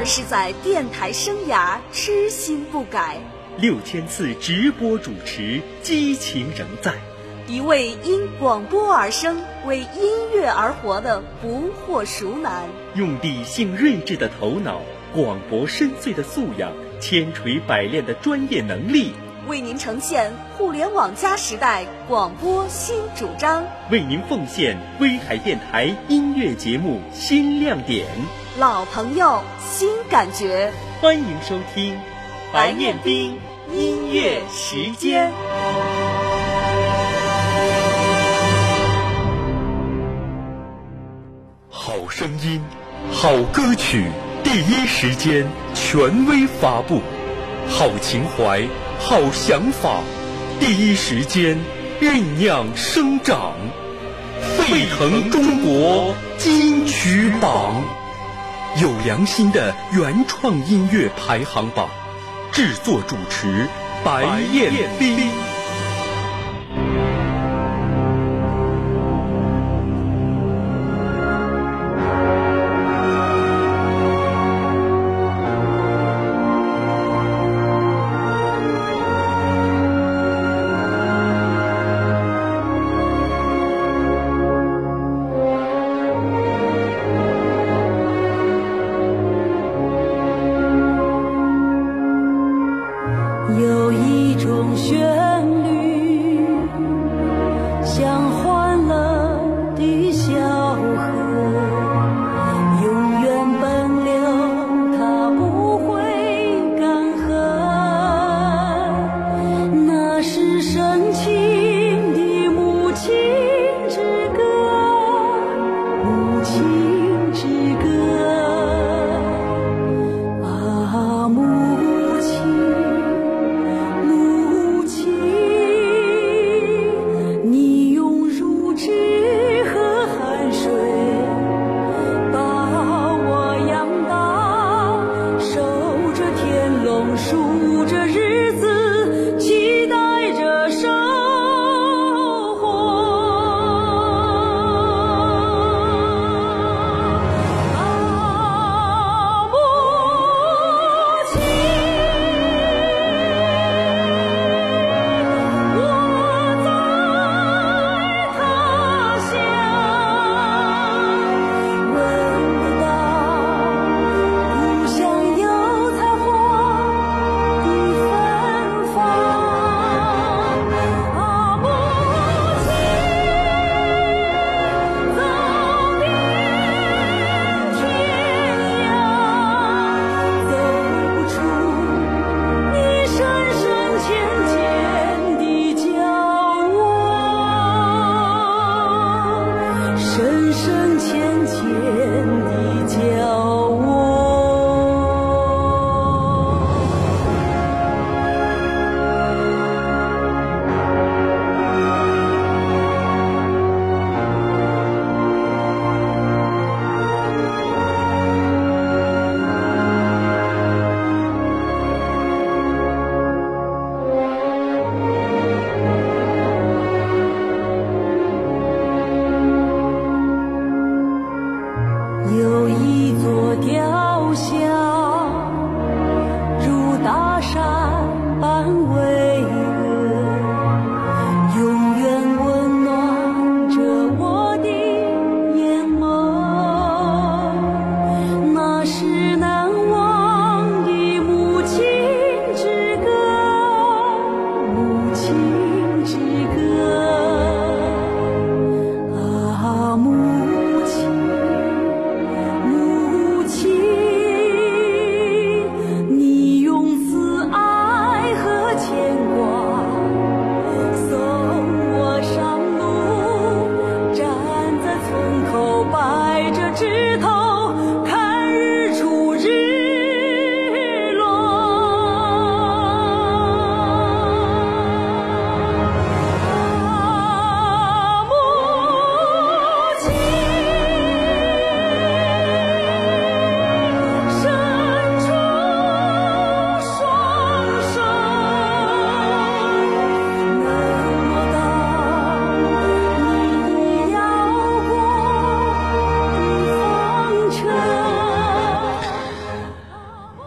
是在电台生涯痴心不改 ，6000次直播主持，激情仍在。 一位因广播而生、为音乐而活的不惑熟男， 用理性睿智的头脑、广博深邃的素养、千锤百炼的专业能力， 为您呈现互联网加时代广播新主张， 为您奉献威海电台音乐节目新亮点。 老朋友，新感觉， 欢迎收听白念冰音乐时间。好声音，好歌曲，第一时间权威发布；好情怀，好想法，第一时间酝酿生长。沸腾中国金曲榜，有良心的原创音乐排行榜，制作主持白彦斌。 有一种旋律，像欢乐的小河，永远奔流，它不会干涸。那是深情的母亲之歌，母亲之歌啊，母亲。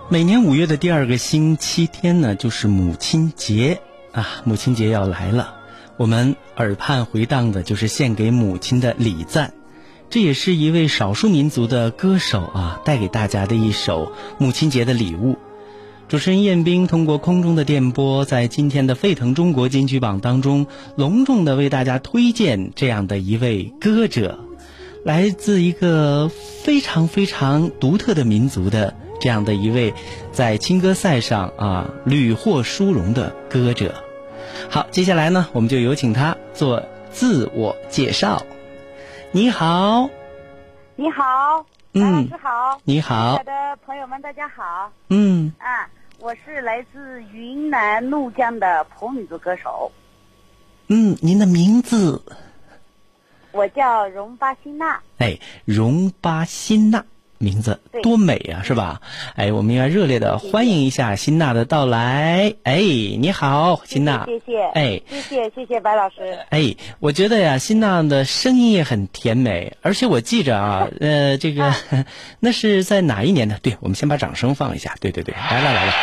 每年5月的第2个星期天呢，就是母亲节啊，母亲节要来了，我们耳畔回荡的就是献给母亲的礼赞，这也是一位少数民族的歌手啊带给大家的一首母亲节的礼物。主持人彦斌通过空中的电波，在今天的沸腾中国金曲榜当中隆重的为大家推荐这样的一位歌者，来自一个非常非常独特的民族的这样的一位在青歌赛上啊屡获殊荣的歌者。好，接下来呢，我们就有请他做自我介绍。你好。 你好，白老师好。 你好。 亲爱的朋友们，大家好。我是来自云南怒江的普米族歌手。 您的名字？ 我叫荣巴辛娜。 荣巴辛娜，名字多美啊，是吧？我们应该热烈的欢迎一下辛娜的到来。你好，辛娜。 谢谢。谢谢白老师。 我觉得呀，辛娜的声音也很甜美，而且我记着啊，这个那是在哪一年的？对，我们先把掌声放一下。对，来了，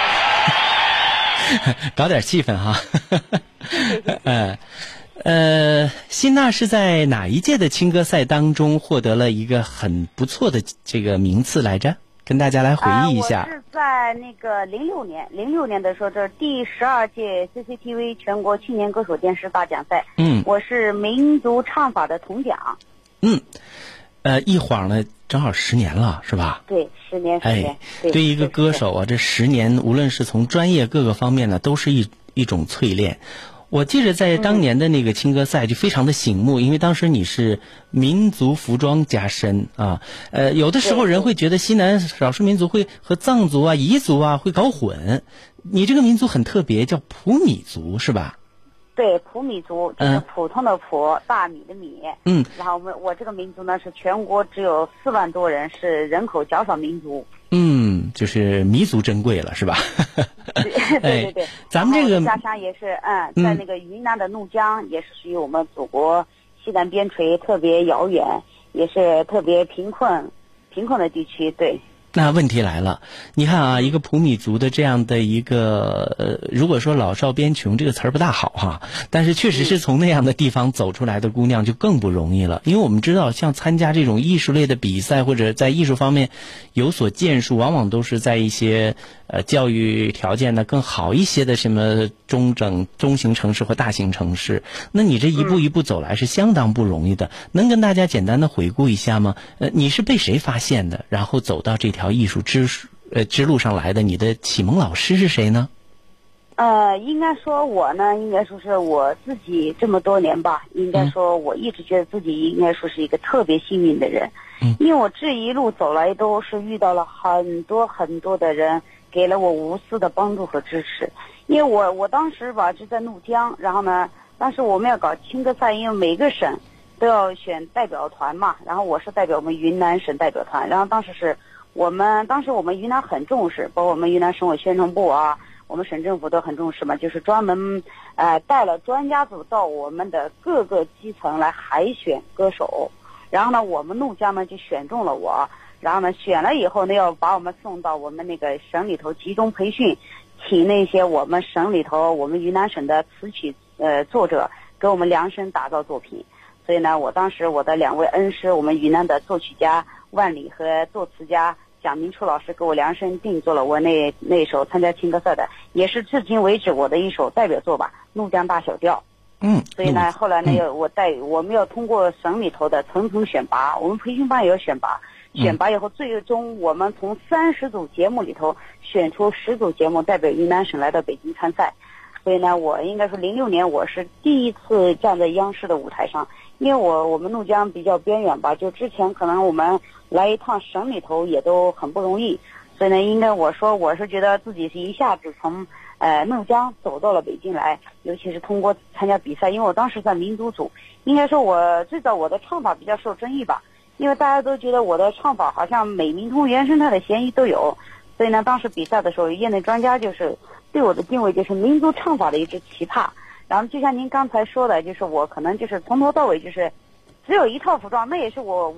搞点气氛哈。辛娜是在哪一届的青歌赛当中获得了一个很不错的这个名次来着？跟大家来回忆一下。 我是在那个06年的时候，这第12届 CCTV 全国青年歌手电视大奖赛。我是民族唱法的铜奖。 一晃呢，正好10年了，是吧？ 对，10年。 对一个歌手啊，这10年无论是从专业各个方面呢，都是一种淬炼。我记得在当年的那个青歌赛就非常的醒目，因为当时你是民族服装加身啊，有的时候人会觉得西南少数民族会和藏族啊、彝族啊会搞混，你这个民族很特别，叫普米族是吧？ 对，普米族就是普通的普，大米的米。然后我这个民族呢是全国只有4万多人，是人口较少民族。 就是弥足珍贵了，是吧？ 对。 咱们这个家乡也是，在那个云南的怒江，也是属于我们祖国西南边陲，特别遥远，也是特别贫困的地区。对。 那问题来了，你看啊，一个普米族的这样的一个如果说老少边穷这个词儿不大好哈，但是确实是从那样的地方走出来的姑娘就更不容易了，因为我们知道像参加这种艺术类的比赛或者在艺术方面有所建树，往往都是在一些教育条件呢更好一些的什么中型城市或大型城市，那你这一步一步走来是相当不容易的。能跟大家简单的回顾一下吗？你是被谁发现的，然后走到这条艺术之路上来的？你的启蒙老师是谁呢？ 应该说我呢，应该说是我自己这么多年吧，应该说我一直觉得自己应该说是一个特别幸运的人。因为我这一路走来都是遇到了很多很多的人，给了我无私的帮助和支持。因为我当时吧就在怒江，然后呢，当时我们要搞青歌赛，因为每个省都要选代表团嘛，然后我是代表我们云南省代表团，然后当时我们云南很重视，包括我们云南省委宣传部啊，我们省政府都很重视嘛，就是专门带了专家组到我们的各个基层来海选歌手，然后呢我们怒江呢就选中了我，然后呢选了以后呢要把我们送到我们那个省里头集中培训，请那些我们省里头我们云南省的词曲作者给我们量身打造作品。所以呢我当时我的2位恩师，我们云南的作曲家万里和作词家蒋明初老师给我量身定做了我那首参加青歌赛的，也是至今为止我的一首代表作吧，怒江大小调。所以呢后来呢我们要通过省里头的层层选拔，我们培训班也要选拔，选拔以后最终我们从30组节目里头选出10组节目代表云南省来到北京参赛。所以呢我应该说06年我是第一次站在央视的舞台上，因为我们怒江比较边远吧，就之前可能我们来一趟省里头也都很不容易，所以呢应该我是觉得自己是一下子从怒江走到了北京来，尤其是通过参加比赛，因为我当时在民族组，应该说我最早我的唱法比较受争议吧，因为大家都觉得我的唱法好像美民通原生态的嫌疑都有，所以呢当时比赛的时候业内专家就是对我的定位就是民族唱法的一只奇葩。然后就像您刚才说的，就是我可能就是从头到尾就是只有一套服装，那也是我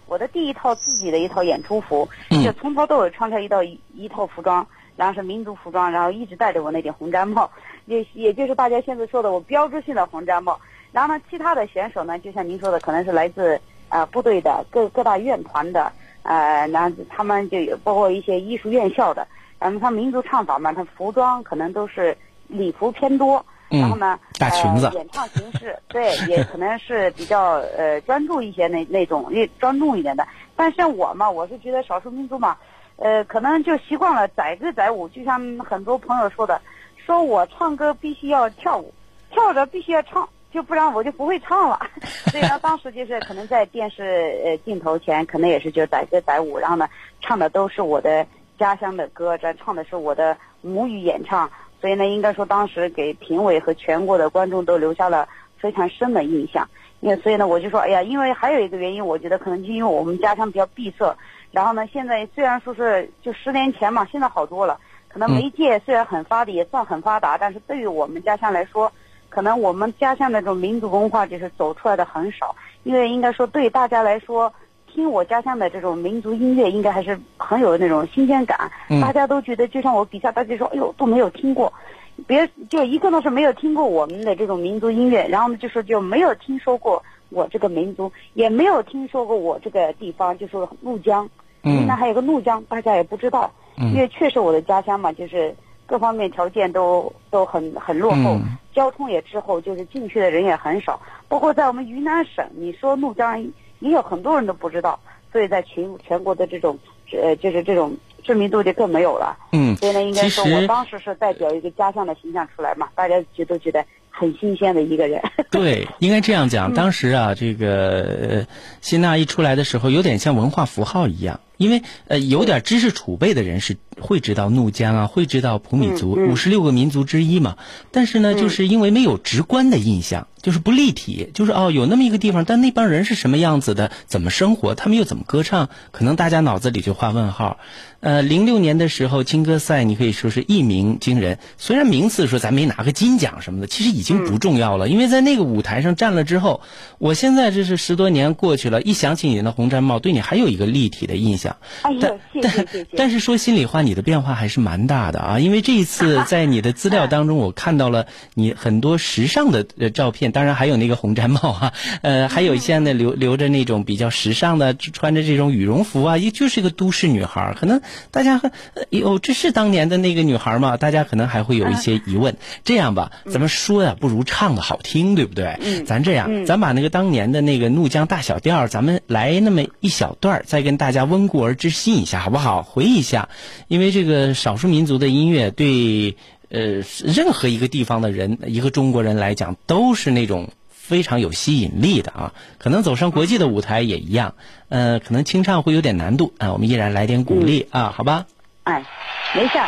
我的第一套自己的一套演出服，就从头到尾穿开一套服装，然后是民族服装，然后一直戴着我那顶红毡帽，也就是大家现在说的我标志性的红毡帽。然后呢，其他的选手呢，就像您说的，可能是来自部队的各大院团的，然后他们就有包括一些艺术院校的，他们民族唱法嘛，他服装可能都是礼服偏多。然后呢， 大裙子， 演唱形式对，也可能是比较专注一些那种庄重一点的。但像我嘛，我是觉得少数民族嘛，可能就习惯了载歌载舞，就像很多朋友说的，说我唱歌必须要跳舞，跳着必须要唱，就不然我就不会唱了。所以呢，当时就是可能在电视镜头前，可能也是就载歌载舞，然后呢，唱的都是我的家乡的歌，唱的是我的母语演唱。所以呢，应该说当时给评委和全国的观众都留下了非常深的印象。所以呢，我就说，哎呀，因为还有一个原因，我觉得可能就因为我们家乡比较闭塞。然后呢，现在虽然说是就10年前嘛，现在好多了。可能媒介虽然很发达，也算很发达，但是对于我们家乡来说，可能我们家乡的这种民族文化就是走出来的很少。因为应该说对大家来说，听我家乡的这种民族音乐应该还是很有那种新鲜感。大家都觉得就像我比赛，大家说哎呦都没有听过，就一个呢是没有听过我们的这种民族音乐，然后呢就没有听说过我这个民族，也没有听说过我这个地方，就说怒江。那还有个怒江，大家也不知道。因为确实我的家乡嘛，就是各方面条件都很落后，交通也滞后，就是进去的人也很少。包括在我们云南省，你说怒江也有很多人都不知道，所以在全国的这种就是这种知名度就更没有了。所以呢，应该说我当时是代表一个家乡的形象出来嘛，大家都觉得很新鲜的一个人。 对，应该这样讲。当时啊，这个谢娜一出来的时候，有点像文化符号一样。因为有点知识储备的人是会知道怒江啊，会知道普米族，56个民族之一嘛。但是呢，就是因为没有直观的印象，就是不立体，就是有那么一个地方，但那帮人是什么样子的，怎么生活，他们又怎么歌唱，可能大家脑子里就画问号。06年的时候，青歌赛你可以说是一鸣惊人，虽然名次说咱没拿个金奖什么的，其实已经不重要了，因为在那个舞台上站了之后，我现在这是10多年过去了，一想起你的红毡帽，对你还有一个立体的印象。但是说心里话，你的变化还是蛮大的啊！因为这一次在你的资料当中，我看到了你很多时尚的照片，当然还有那个红毡帽啊，还有一些呢留着那种比较时尚的，穿着这种羽绒服啊，也就是个都市女孩。可能大家这是当年的那个女孩吗？大家可能还会有一些疑问。这样吧，咱们说呀，不如唱的好听，对不对？咱这样，咱把那个当年的那个怒江大小调，咱们来那么一小段，再跟大家温故而知新一下，好不好？回忆一下，因为这个少数民族的音乐对任何一个地方的人，一个中国人来讲，都是那种非常有吸引力的啊。可能走上国际的舞台也一样，可能清唱会有点难度啊，我们依然来点鼓励啊，好吧？ 没事，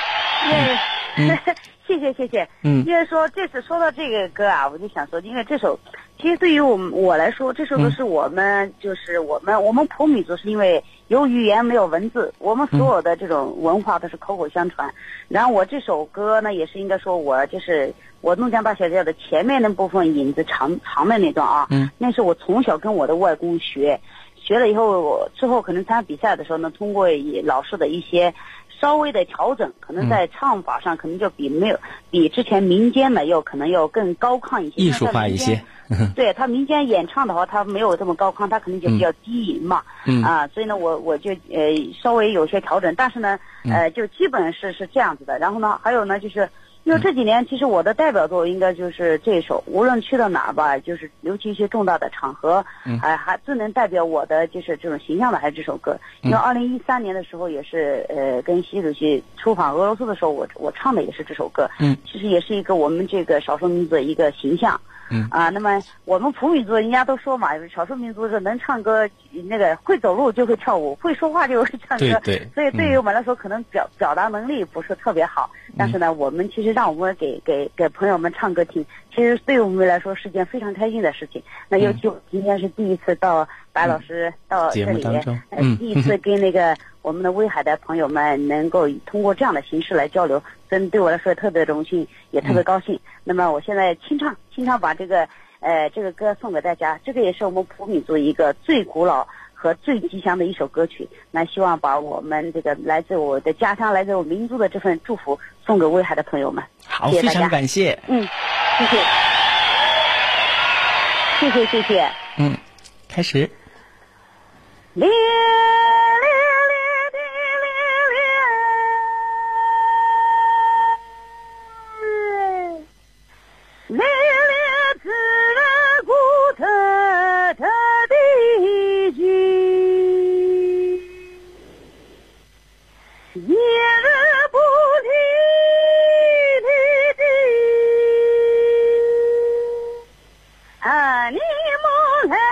谢谢。因为说这次说到这个歌啊，我就想说，因为这首其实对于我来说，这首歌是我们普米族是因为有语言没有文字，我们所有的这种文化都是口口相传。然后我这首歌呢，也是应该说我怒江大小调的前面那部分引子长的那段啊，那是我从小跟我的外公学了以后，之后可能参加比赛的时候呢，通过老师的一些稍微的调整，可能在唱法上可能就比之前民间的可能要更高亢一些， 艺术化一些。 对，他民间演唱的话，他没有这么高亢，他肯定就比较低吟嘛。所以呢，我就稍微有些调整，但是呢，就基本是这样子的。然后呢，还有呢，就是因为这几年其实我的代表作应该就是这首，无论去到哪吧，就是尤其一些重大的场合，还最能代表我的就是这种形象的还是这首歌。因为2013年的时候也是跟习主席出访俄罗斯的时候，我唱的也是这首歌。其实也是一个我们这个少数民族的一个形象。那么我们普米族人家都说嘛，少数民族是能唱歌，那个会走路就会跳舞，会说话就会唱歌。 对。 所以对于我们来说，可能表达能力不是特别好，但是呢，我们其实让我们给朋友们唱歌听，其实对于我们来说是件非常开心的事情。那尤其我今天是第一次到白老师到这里，第一次跟那个我们的威海的朋友们能够通过这样的形式来交流，真对我来说特别荣幸，也特别高兴。那么我现在清唱把这个歌送给大家，这个也是我们普米族一个最古老和最吉祥的一首歌曲。那希望把我们这个来自我的家乡、来自我民族的这份祝福送给威海的朋友们。 好， 谢谢大家， 非常感谢。 谢谢，谢谢。 开始。 烈烈的烈烈，烈烈自然骨特特的句，夜日不停的地，啊你梦来。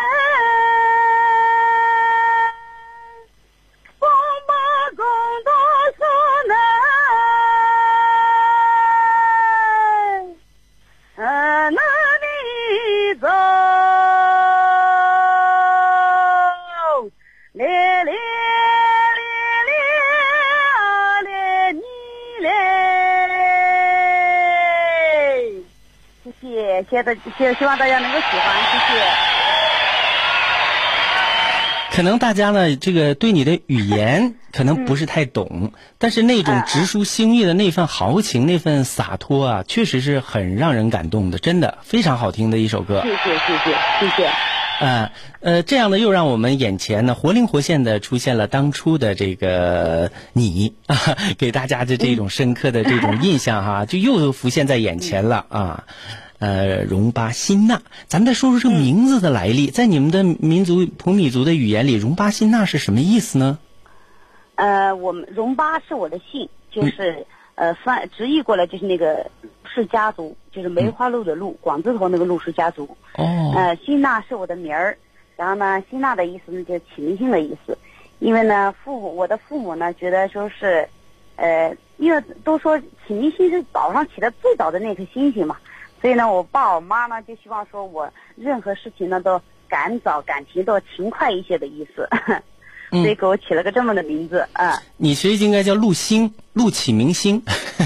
希望大家能够喜欢，谢谢。 可能大家呢，这个对你的语言可能不是太懂，但是那种直抒心意的那份豪情、那份洒脱啊，确实是很让人感动的，真的非常好听的一首歌。 谢谢。 这样呢，又让我们眼前呢活灵活现的出现了当初的这个你啊，给大家的这种深刻的这种印象哈，就又浮现在眼前了啊。荣巴辛纳，咱们再说说这个名字的来历。在你们的民族普米族的语言里，荣巴辛纳是什么意思呢？ 我们荣巴是我的姓，就是直译过来就是那个氏家族，就是梅花鹿的鹿，广字头那个鹿氏家族。辛纳是我的名儿，然后呢，辛纳的意思呢就是启明星的意思。因为呢，我的父母呢觉得说是，因为都说启明星是岛上起的最早的那颗星星嘛。所以呢，我爸我妈呢就希望说我任何事情呢都赶早赶勤，都勤快一些的意思，所以给我起了个这么的名字啊。 你其实应该叫陆星，陆启明星，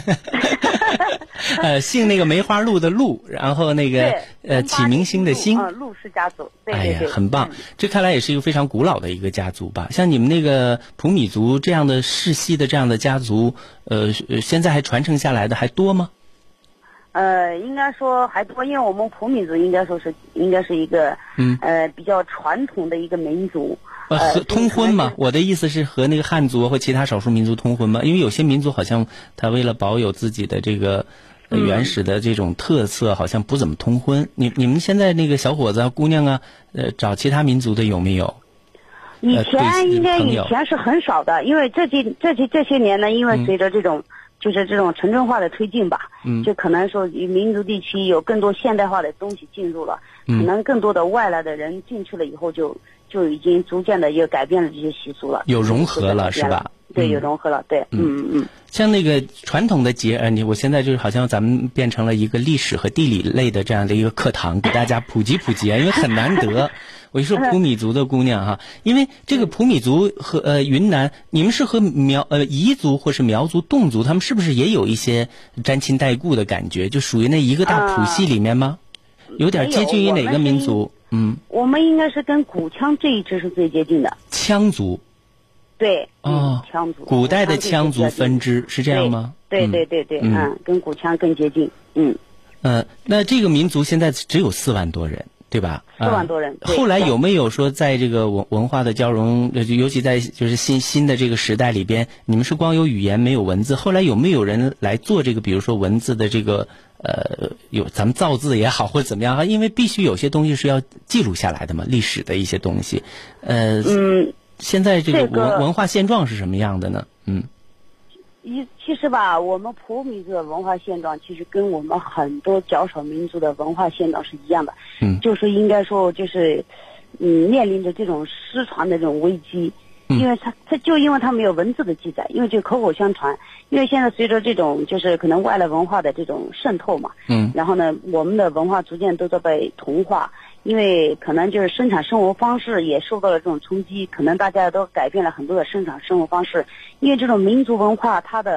姓那个梅花鹿的鹿，然后那个启明星的星， 陆氏家族。对， 哎呀，很棒！这看来也是一个非常古老的一个家族吧？像你们那个普米族这样的世系的这样的家族，现在还传承下来的还多吗？ 应该说还多，因为我们普米族应该是一个比较传统的一个民族。 和通婚嘛？我的意思是和那个汉族或其他少数民族通婚嘛？因为有些民族好像他为了保有自己的这个原始的这种特色，好像不怎么通婚。你们现在那个小伙子啊、姑娘啊，找其他民族的有没有？ 以前是很少的，因为这些年呢，因为随着这种。就是这种城镇化的推进吧，就可能说民族地区有更多现代化的东西进入了，可能更多的外来的人进去了以后就已经逐渐的也改变了这些习俗了， 有融合了是吧？ 对，有融合了，对， 像那个传统的节，我现在就是好像咱们变成了一个历史和地理类的这样的一个课堂，给大家普及啊，因为很难得。我一说普米族的姑娘哈，因为这个普米族和云南，你们是和彝族或是苗族、侗族，他们是不是也有一些沾亲带故的感觉？就属于那一个大谱系里面吗？有点接近于哪个民族？ 我们应该是跟古羌这一支是最接近的。 羌族。 对。羌族。 古代的羌族分支是这样吗？ 对，跟古羌更接近。 那这个民族现在只有4万多人。对吧 ？4万多人。 后来有没有说在这个文化的交融，尤其在就是新的这个时代里边，你们是光有语言没有文字，后来有没有人来做这个，比如说文字的这个有咱们造字也好或者怎么样啊？因为必须有些东西是要记录下来的嘛，历史的一些东西。现在这个文化现状是什么样的呢？ 其实吧，我们普米族的文化现状其实跟我们很多较少民族的文化现状是一样的。就是应该说就是面临着这种失传的这种危机。因为他没有文字的记载，因为就口口相传。因为现在随着这种就是可能外来文化的这种渗透嘛，然后呢，我们的文化逐渐都在被同化。因为可能就是生产生活方式也受到了这种冲击，可能大家都改变了很多的生产生活方式。因为这种民族文化它的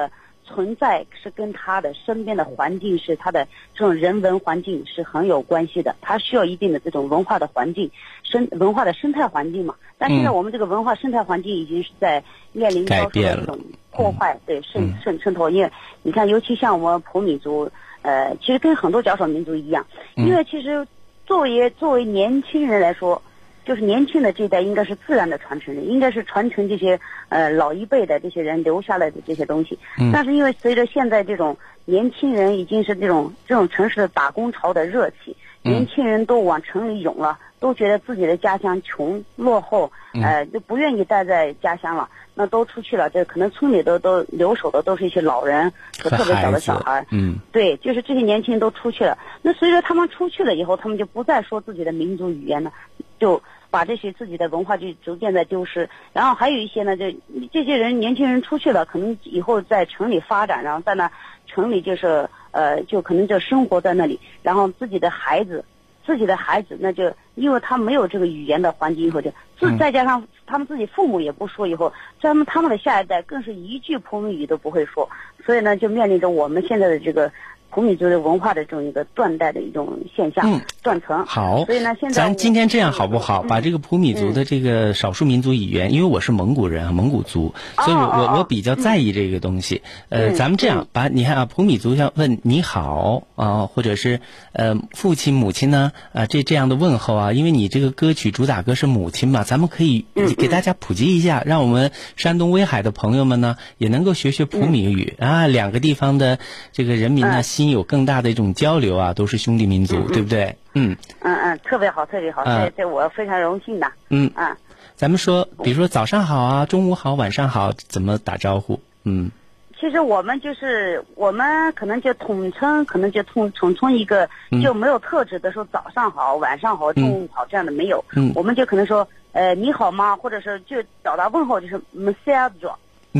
存在是跟他的身边的环境，是他的这种人文环境是很有关系的。他需要一定的这种文化的环境，文化的生态环境嘛。但现在我们这个文化生态环境已经是在面临遭受的这种破坏，对渗透。因为你看，尤其像我们普米族，其实跟很多较少民族一样，因为其实作为年轻人来说。就是年轻的这一代应该是自然的传承人，应该是传承这些老一辈的这些人留下来的这些东西。但是因为随着现在这种年轻人已经是这种城市的打工潮的热气，年轻人都往城里涌了，都觉得自己的家乡穷落后，就不愿意待在家乡了，那都出去了。这可能村里都留守的都是一些老人和特别小的小孩。对，就是这些年轻人都出去了。那随着他们出去了以后，他们就不再说自己的民族语言了，就把这些自己的文化就逐渐在丢失。然后还有一些呢，就这些人年轻人出去了，可能以后在城里发展，然后在那城里就是就可能就生活在那里，然后自己的孩子那就因为他没有这个语言的环境以后，再加上他们自己父母也不说，以后他们的下一代更是一句普米语都不会说，所以呢就面临着我们现在的这个普米族的文化的这种一个断代的一种现象，断层。 好， 所以呢，现在咱今天这样好不好？把这个普米族的这个少数民族语言，因为我是蒙古人，蒙古族，所以我比较在意这个东西。咱们这样你看啊，普米族要问你好啊，或者是父亲母亲呢这样的问候啊，因为你这个歌曲主打歌是母亲嘛，咱们可以给大家普及一下，让我们山东威海的朋友们呢也能够学学普米语啊，两个地方的这个人民呢心有更大的一种交流啊，都是兄弟民族，对不对？ 特别好，特别好，这我非常荣幸的。 咱们说，比如说早上好啊，中午好，晚上好，怎么打招呼？ 其实我们可能就统称一个，就没有特指的说早上好、晚上好、中午好这样的没有。我们就可能说你好吗？或者是就表达问候就是 Msea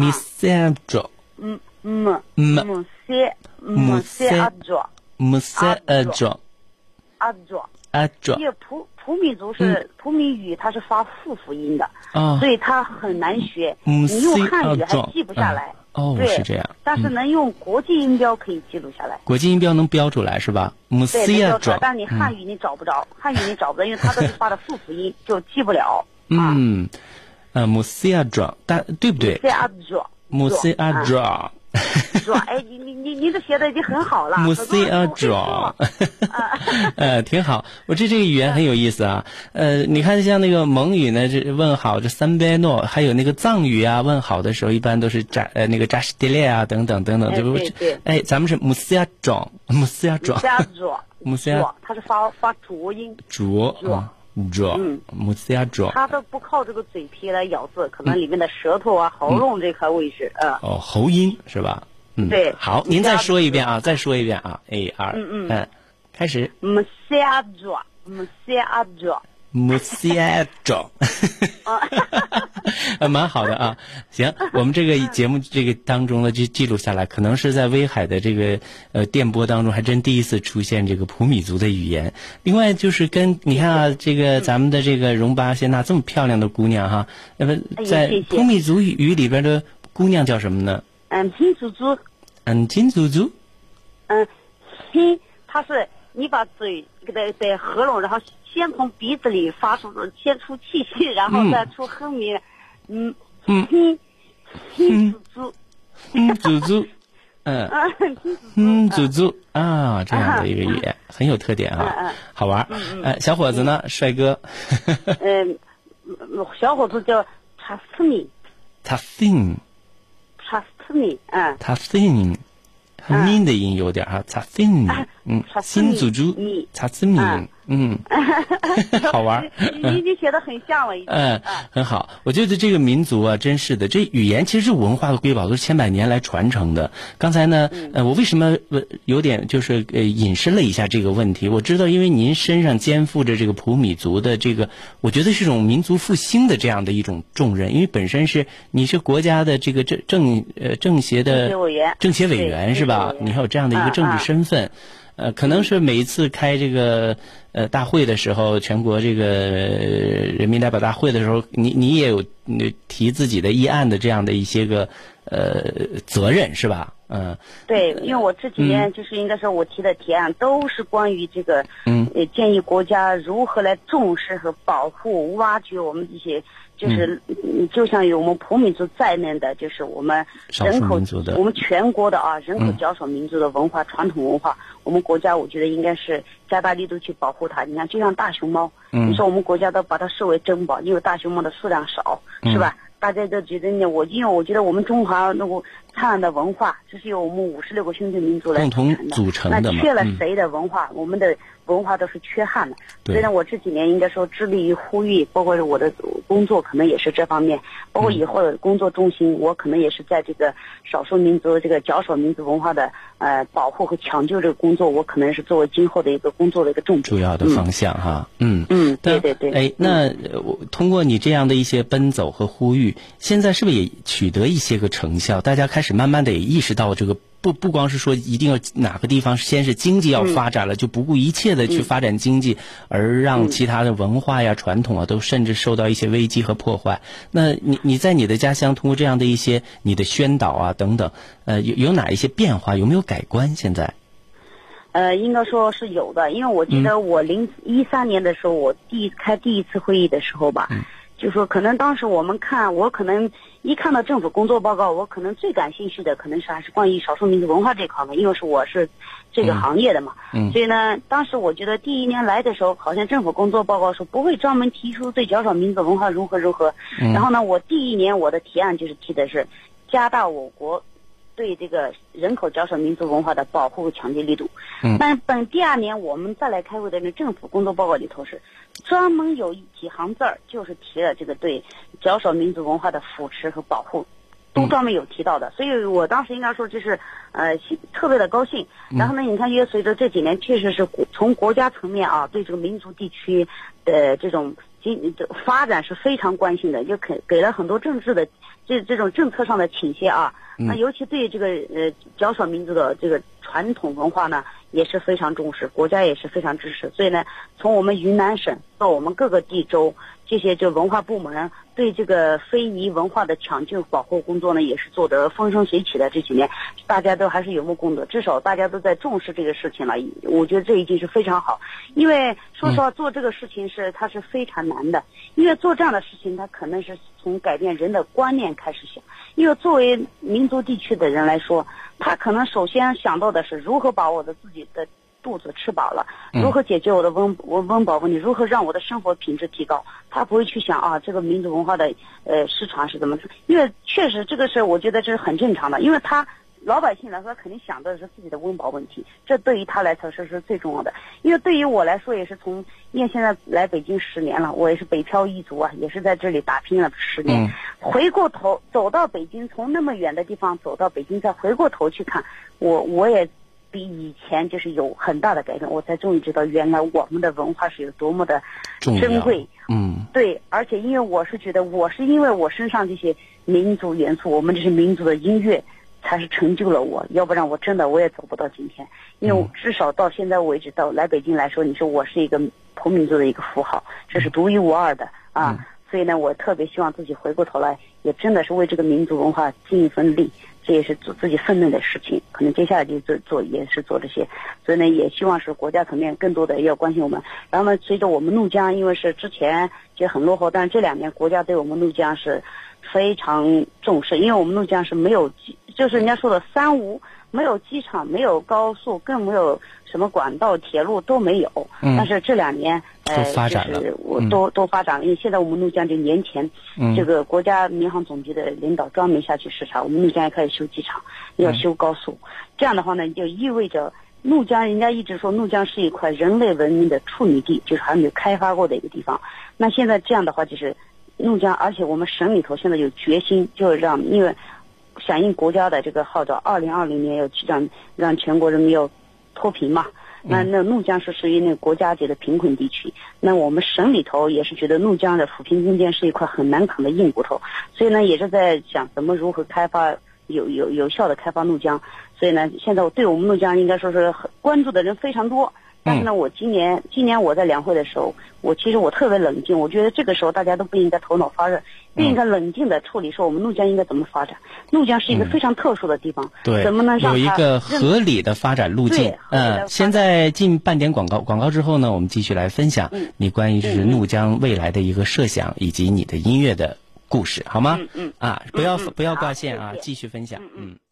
因为普米族是普米语，它是发复辅音的，所以它很难学。你用汉语还记不下来。 对，是这样。 但是能用国际音标可以记录下来。 国际音标能标出来是吧？ 对，能标出来。但是你汉语你找不着，因为它都是发的复辅音，就记不了。 Msea 但对不对？Msea 哎，你这写的已经很好了。 挺好。我这个语言很有意思啊。你看像那个蒙语呢，这问好这三贝诺，还有那个藏语啊，问好的时候一般都是那个扎什迪列啊等等，对。咱们是Msea，它是发浊音。Msea，它都不靠这个嘴皮来咬字，可能里面的舌头啊、喉咙这块位置， 喉音是吧？ 对。 好，您再说一遍啊，A R，开始。 Msea， 蛮好的啊。行，我们这个节目这个当中呢，就记录下来，可能是在威海的这个电波当中，还真第一次出现这个普米族的语言。另外就是你看啊，这个咱们的这个荣巴谢娜这么漂亮的姑娘哈，那么在普米族语里边的姑娘叫什么呢？ 金祖祖。 金祖祖。 金，它是你把嘴给合拢，然后先从鼻子里先出气息，然后再出哼鸣。 祖祖啊，这样的一个语言很有特点啊，好玩。小伙子呢，帅哥。 小伙子叫查斯米。 很min的音有点哈，查斯米，新祖祖，查斯米，好玩。 你写的很像了，已经。 很好。我觉得这个民族啊，真是的，这语言其实是文化的瑰宝，都是千百年来传承的。刚才呢，我为什么有点就是引申了一下这个问题？我知道，因为您身上肩负着这个普米族的这个，我觉得是一种民族复兴的这样的一种重任，因为本身你是国家的这个政协的政协委员是吧？你还有这样的一个政治身份。可能是每一次开这个大会的时候，全国这个人民代表大会的时候，你也有提自己的议案的这样的一些个责任是吧？ 对，因为我这几年就是应该说我提的提案都是关于这个，建议国家如何来重视和保护、挖掘我们这些。就是就像有我们普民族在内的，就是我们人口，我们全国的人口较少民族的文化、传统文化，我们国家我觉得应该是加大力度去保护它。你看，就像大熊猫，你说我们国家都把它视为珍宝，因为大熊猫的数量少，是吧？大家都觉得呢，因为我觉得我们中华那个灿烂的文化，这是由我们56个兄弟民族来共同组成的嘛。 那缺了谁的文化，我们的文化都是缺憾的。所以呢，我这几年应该说致力于呼吁，包括我的工作可能也是这方面，包括以后的工作重心，我可能也是在这个少数民族这个较少民族文化的保护和抢救这个工作，我可能是作为今后的一个工作的一个重点， 主要的方向哈。 对对对。 哎，那通过你这样的一些奔走和呼吁，现在是不是也取得一些个成效？大家开始慢慢的也意识到这个不光是说一定要哪个地方先是经济要发展了，就不顾一切的去发展经济，而让其他的文化呀、传统啊都甚至受到一些危机和破坏。那你在你的家乡通过这样的一些你的宣导啊等等，有哪一些变化？有没有改观？现在？ 应该说是有的，因为我记得我2013年的时候，我开第一次会议的时候吧。就说可能当时我可能一看到政府工作报告，我可能最感兴趣的可能是还是关于少数民族文化这块的，因为我是这个行业的嘛。所以呢，当时我觉得第一年来的时候，好像政府工作报告说不会专门提出对较少民族文化如何。然后呢，我第一年我的提案就是提的是加大我国对这个人口较少民族文化的保护和抢救力度。但第二年我们再来开会的那政府工作报告里头是专门有几行字儿，就是提了这个对较少民族文化的扶持和保护，都专门有提到的。所以我当时应该说就是特别的高兴。然后呢，你看，因为随着这几年确实是从国家层面对这个民族地区的这种发展是非常关心的，就给了很多政治的这种政策上的倾斜那尤其对这个较少民族的这个传统文化呢，也是非常重视，国家也是非常支持。所以呢，从我们云南省到我们各个地州，这些就文化部门对这个非遗文化的抢救保护工作呢，也是做得风生水起的。这几年大家都还是有目共睹，至少大家都在重视这个事情了。我觉得这已经是非常好，因为说实话，做这个事情它是非常难的，因为做这样的事情，它可能是从改变人的观念开始想。因为作为民族地区的人来说，他可能首先想到的是如何把我的自己的肚子吃饱了，如何解决我的温饱问题，如何让我的生活品质提高。他不会去想这个民族文化的失传是怎么，因为确实这个事我觉得这是很正常的，因为他老百姓来说肯定想的是自己的温饱问题，这对于他来说是最重要的。因为对于我来说也是因为现在来北京10年了，我也是北漂一族也是在这里打拼了10年。回过头走到北京，从那么远的地方走到北京，再回过头去看，我也比以前就是有很大的改变，我才终于知道原来我们的文化是有多么的珍贵。对，而且因为我是觉得因为我身上这些民族元素，我们这些民族的音乐才是成就了我，要不然我也走不到今天。因为至少到现在为止，到来北京来说，你说我是一个普民族的一个符号，这是独一无二的所以呢，我特别希望自己回过头来，也真的是为这个民族文化尽一份力，这也是做自己分内的事情。可能接下来就也是做这些，所以呢，也希望是国家层面更多的要关心我们。然后呢，随着我们怒江，因为是之前就很落后，但是这2年国家对我们怒江是非常重视，因为我们怒江是没有，就是人家说的3无，没有机场，没有高速，更没有什么管道、铁路都没有。但是这2年都发展了， 都发展了。因为现在我们怒江就年前，这个国家民航总局的领导专门下去视察，我们怒江也开始修机场，要修高速。这样的话呢，就意味着怒江，人家一直说怒江是一块人类文明的处女地，就是还没有开发过的一个地方。那现在这样的话，就是怒江，而且我们省里头现在有决心，就是因为响应国家的这个号召，2020年要去让全国人民要脱贫嘛。那怒江是属于那个国家级的贫困地区，那我们省里头也是觉得怒江的扶贫攻坚是一块很难啃的硬骨头，所以呢也是在想如何开发有效的开发怒江。所以呢，现在对我们怒江应该说是关注的人非常多， 但是呢，我今年我在两会的时候，其实我特别冷静，我觉得这个时候大家都不应该头脑发热，不应该冷静的处理说我们怒江应该怎么发展。怒江是一个非常特殊的地方， 对， 怎么能让它有一个合理的发展路径？现在进半点广告之后呢，我们继续来分享你关于就是怒江未来的一个设想以及你的音乐的故事，好吗？不要挂线啊，继续分享。